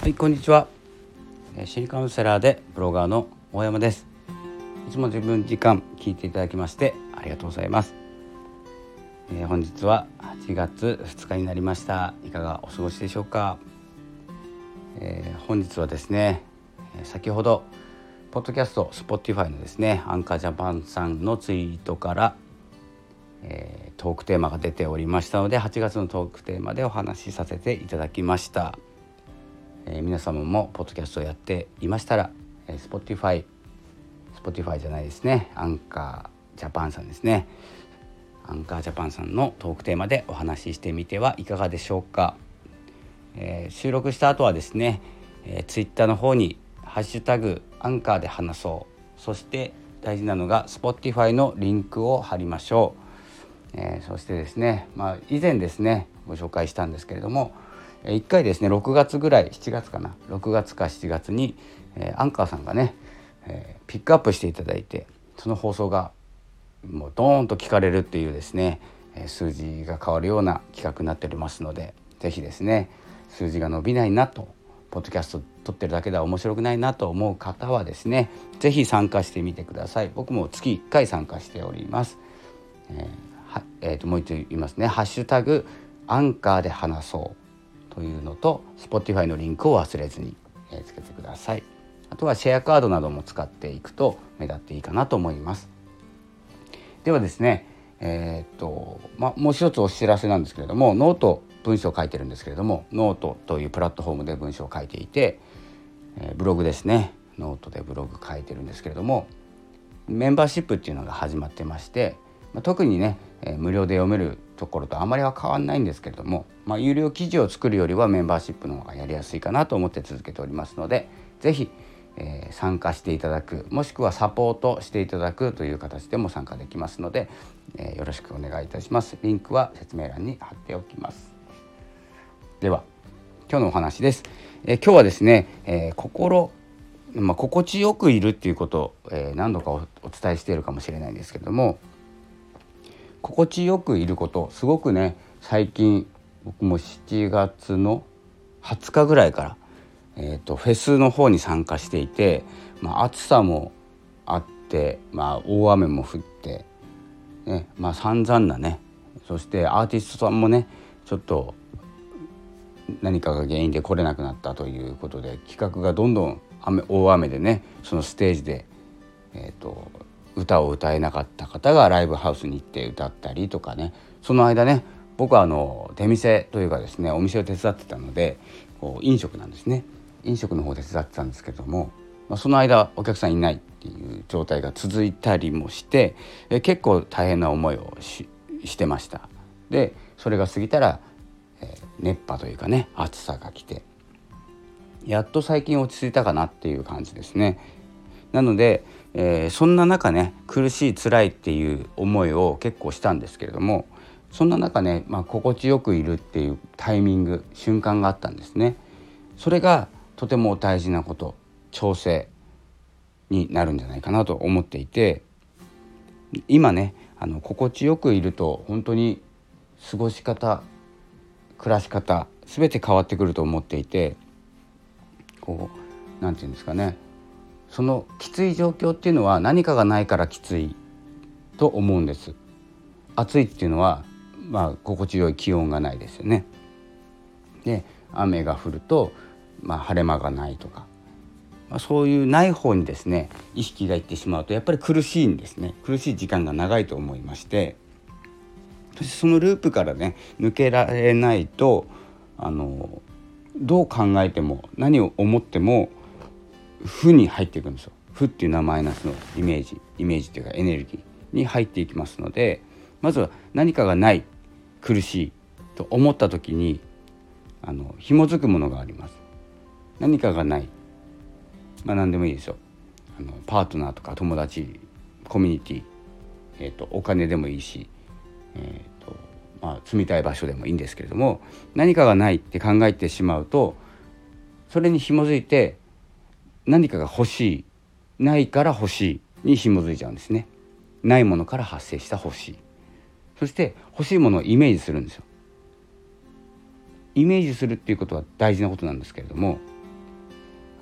はい、こんにちは。心理カウンセラーでブロガーの大山です。いつも自分時間聞いていただきましてありがとうございます。本日は8月2日になりました。いかがお過ごしでしょうか。本日はですね、先ほどポッドキャスト Spotify のですねアンカージャパンさんのツイートから、トークテーマが出ておりましたので、8月のトークテーマでお話しさせていただきました。皆様もポッドキャストをやっていましたら、Spotify じゃないですね、アンカージャパンさんですね。アンカージャパンさんのトークテーマでお話ししてみてはいかがでしょうか。収録した後はですね、Twitter の方にハッシュタグアンカーで話そう、そして大事なのが Spotify のリンクを貼りましょう。そしてですね、以前ですねご紹介したんですけれども、1回ですね6月ぐらい6月か7月に、アンカーさんがね、ピックアップしていただいて、その放送がもうドーンと聞かれるっていうですね、数字が変わるような企画になっておりますので、ぜひですね数字が伸びないなと、ポッドキャスト撮ってるだけでは面白くないなと思う方はですね、ぜひ参加してみてください。僕も月1回参加しております。もう一度言いますね。ハッシュタグアンカーで話そうというのと Spotify のリンクを忘れずにつけてください。あとはシェアカードなども使っていくと目立っていいかなと思います。ではですね、もう一つお知らせなんですけれども、ノート文章を書いてるんですけれども、ノートというプラットフォームで文章を書いていて、ブログですね、ノートでブログ書いてるんですけれども、メンバーシップっていうのが始まってまして、特にね、無料で読めるところとあまりは変わんないんですけれども、有料記事を作るよりはメンバーシップの方がやりやすいかなと思って続けておりますので、ぜひ、参加していただく、もしくはサポートしていただくという形でも参加できますので、よろしくお願いいたします。リンクは説明欄に貼っておきます。では今日のお話です。今日はですね、心地よくいるっていうことを、何度かお伝えしているかもしれないんですけれども、心地よくいること、すごくね最近僕も7月の20日ぐらいから、フェスの方に参加していて、暑さもあって、大雨も降って、ね、散々なね、そしてアーティストさんもねちょっと何かが原因で来れなくなったということで、企画がどんどん大雨でね、そのステージで、歌を歌えなかった方がライブハウスに行って歌ったりとかね、その間ね、僕は出店というかですね、お店を手伝ってたので、飲食なんですね、飲食の方で手伝ってたんですけども、その間お客さんいないっていう状態が続いたりもして、結構大変な思いをしてました。でそれが過ぎたら、熱波というかね、暑さが来て、やっと最近落ち着いたかなっていう感じですね。なので、そんな中ね、苦しい辛いっていう思いを結構したんですけれども、そんな中ね、心地よくいるっていうタイミング、瞬間があったんですね。それがとても大事なこと、調整になるんじゃないかなと思っていて、今ね心地よくいると本当に過ごし方、暮らし方全て変わってくると思っていて、なんていうんですかね、そのきつい状況っていうのは何かがないからきついと思うんです。暑いっていうのは、心地よい気温がないですよね。で雨が降ると、晴れ間がないとか、そういうない方にですね意識がいってしまうとやっぱり苦しいんですね。苦しい時間が長いと思いまして、そしてそのループからね抜けられないと、どう考えても何を思っても負に入っていくんですよ。負っていうのはマイナスのイメージというかエネルギーに入っていきますので、まずは何かがない、苦しいと思った時に紐づくものがあります。何かがない、何でもいいですよ。パートナーとか友達、コミュニティ、お金でもいいし、住みたい場所でもいいんですけれども、何かがないって考えてしまうと、それに紐づいて何かが欲しい、ないから欲しいに紐づいちゃうんですね。ないものから発生した欲しい、そして欲しいものをイメージするんですよ。イメージするっていうことは大事なことなんですけれども、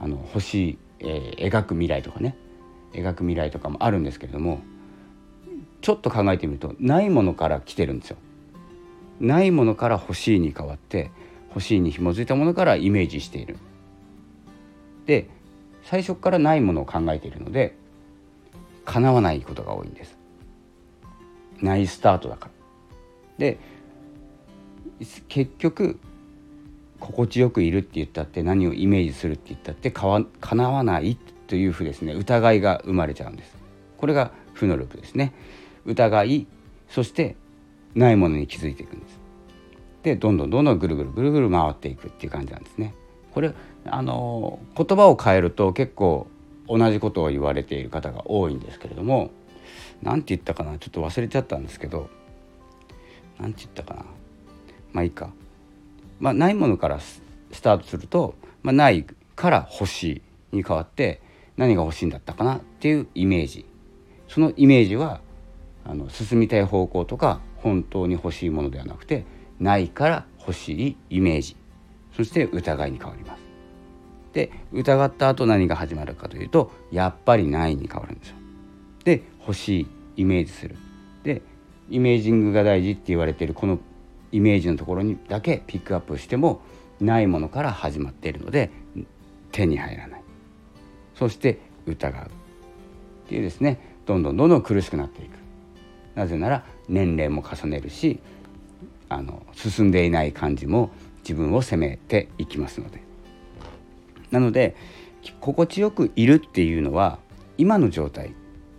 欲しい、描く未来とかね、描く未来とかもあるんですけれども、ちょっと考えてみるとないものから来てるんですよ。ないものから欲しいに変わって、欲しいに紐づいたものからイメージしている。で、最初からないものを考えているので叶わないことが多いんです。ないスタートだから。で、結局心地よくいるって言ったって、何をイメージするって言ったって叶わないというふうですね、疑いが生まれちゃうんです。これが負のループですね。疑い、そしてないものに気づいていくんです。で、どんどんぐるぐる回っていくっていう感じなんですね。これ言葉を変えると結構同じことを言われている方が多いんですけれども、なんて言ったかな、ちょっと忘れちゃったんですけど、なんて言ったかな、まあいいか。ないものからスタートすると、ないから欲しいに変わって、何が欲しいんだったかなっていうイメージ、そのイメージは進みたい方向とか本当に欲しいものではなくて、ないから欲しいイメージ、そして疑いに変わります。で、疑った後何が始まるかというと、やっぱりないに変わるんですよ。で、欲しいイメージする。で、イメージングが大事って言われているこのイメージのところにだけピックアップしても、ないものから始まっているので手に入らない。そして疑うっていうですね、どんどん苦しくなっていく。なぜなら年齢も重ねるし、進んでいない感じも自分を責めていきますので。なので心地よくいるっていうのは、今の状態、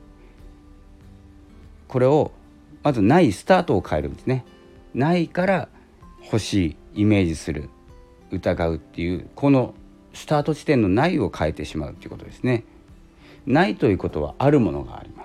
これをまずないスタートを変えるんですね。ないから欲しい、イメージする、疑うっていう、このスタート地点のないを変えてしまうということですね。ないということはあるものがあります。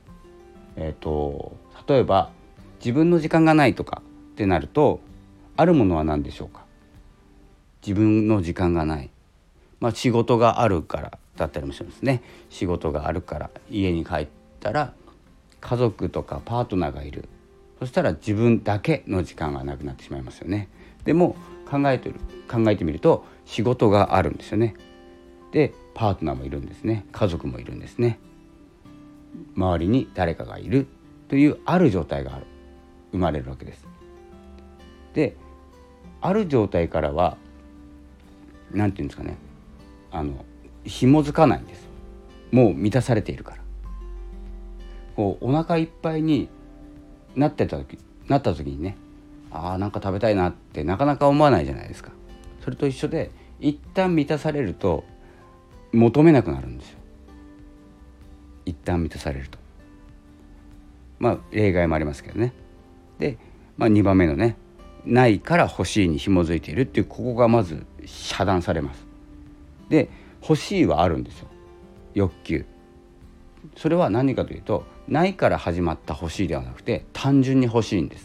例えば自分の時間がないとかってなると、あるものは何でしょうか。自分の時間がない、仕事があるからだったりもしますね。仕事があるから家に帰ったら家族とかパートナーがいる。そしたら自分だけの時間がなくなってしまいますよね。でも考えてみると、仕事があるんですよね。で、パートナーもいるんですね。家族もいるんですね。周りに誰かがいるというある状態が生まれるわけです。で、ある状態からはなんていうんですかね、紐づかないんです。もう満たされているから。こうお腹いっぱいになった時にね、なんか食べたいなってなかなか思わないじゃないですか。それと一緒で、一旦満たされると求めなくなるんですよ。一旦満たされると、例外もありますけどね。で、2番目のね、ないから欲しいに紐づいているっていう、ここがまず遮断されます。で、欲しいはあるんですよ、欲求。それは何かというと、ないから始まった欲しいではなくて、単純に欲しいんです。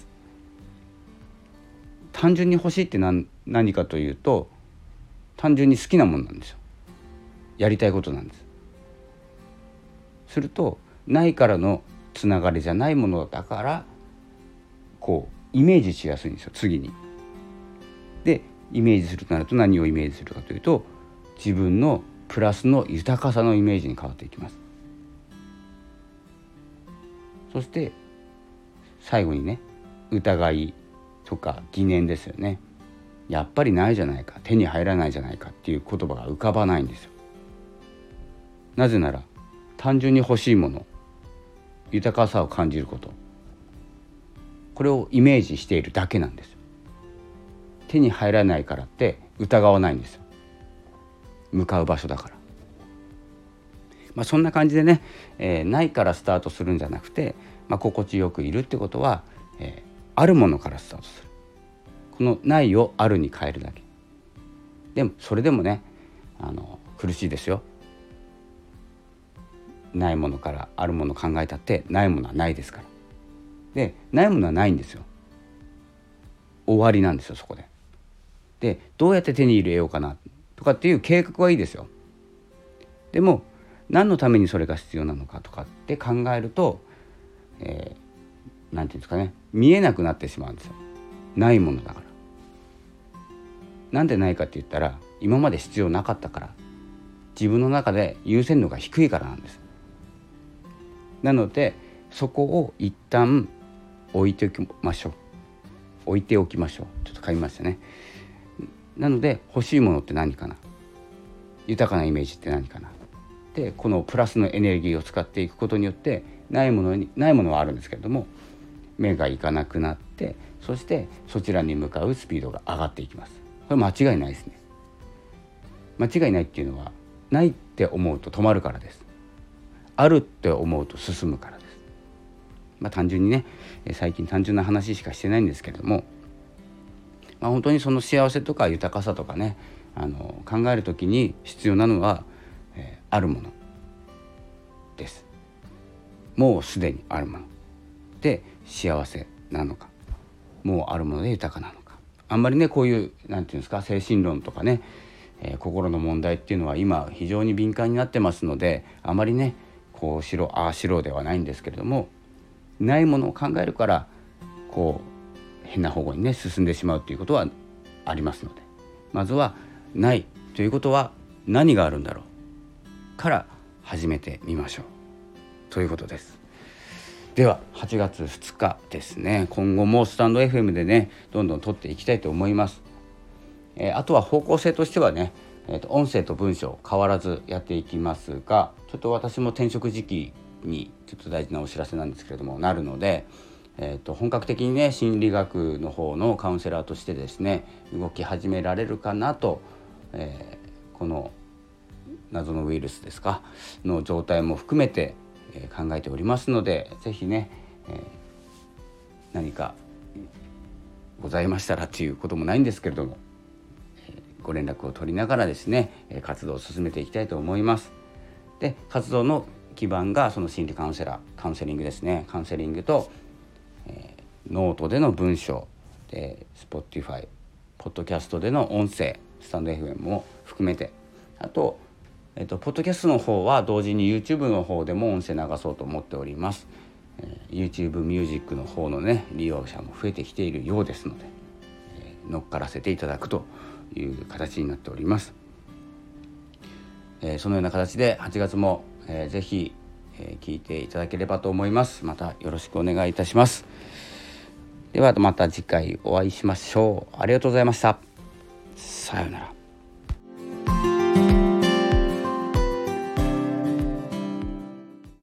単純に欲しいって何かというと、単純に好きなものなんですよ。やりたいことなんです。すると、ないからのつながりじゃないものだから、こうイメージしやすいんですよ、次に。で、イメージするとなると、何をイメージするかというと、自分のプラスの豊かさのイメージに変わっていきます。そして最後にね、疑いとか疑念ですよね。やっぱりないじゃないか、手に入らないじゃないかっていう言葉が浮かばないんですよ。なぜなら、単純に欲しいもの、豊かさを感じること、これをイメージしているだけなんですよ。手に入らないからって疑わないんですよ。向かう場所だから。そんな感じでね、ないからスタートするんじゃなくて、心地よくいるってことは、あるものからスタートする。このないをあるに変えるだけ。でもそれでもね、苦しいですよ。ないものからあるものを考えたって、ないものはないですから。で、ないものはないんですよ。終わりなんですよ、そこで。で、どうやって手に入れようかなとかっていう計画はいいですよ。でも何のためにそれが必要なのかとかって考えると、なんていうんですかね、見えなくなってしまうんですよ。ないものだから。なんでないかって言ったら、今まで必要なかったから。 自分の中で優先度が低いからなんです。なのでそこを一旦置いておきましょう。ちょっと噛みましたね。なので欲しいものって何かな、豊かなイメージって何かな。でこのプラスのエネルギーを使っていくことによってないものはあるんですけれども、目がいかなくなって、そしてそちらに向かうスピードが上がっていきます。これ間違いないですね。間違いないっていうのは、ないって思うと止まるからです。あるって思うと進むからです。単純にね、最近単純な話しかしてないんですけれども、本当にその幸せとか豊かさとかね、考えるときに必要なのは、あるものです。もうすでにあるもので幸せなのか、もうあるもので豊かなのか。あんまりね、こういうなんていうんですか、精神論とかね、心の問題っていうのは今非常に敏感になってますので、あまりねこうしろああしろではないんですけれども、ないものを考えるからこう変な方向にね進んでしまうということはありますので、まずはないということは何があるんだろうから始めてみましょうということです。では8月2日ですね、今後もスタンド FM でねどんどん撮っていきたいと思います。あとは方向性としてはね、音声と文章変わらずやっていきますが、ちょっと私も転職時期にちょっと大事なお知らせなんですけれどもなるので、本格的にね心理学の方のカウンセラーとしてですね動き始められるかなと、この謎のウイルスですかの状態も含めて、考えておりますので、ぜひね、何かございましたらということもないんですけれども、ご連絡を取りながらですね活動を進めていきたいと思います。で活動の基盤がその心理カウンセリングですね。カウンセリングと、ノートでの文章で Spotify ポッドキャストでの音声、スタンド FM も含めて、あと、ポッドキャストの方は同時に YouTube の方でも音声流そうと思っております。YouTube ミュージックの方のね利用者も増えてきているようですので、乗っからせていただくという形になっております。そのような形で8月も、ぜひ、聞いていただければと思います。またよろしくお願いいたします。ではまた次回お会いしましょう。ありがとうございました。さようなら。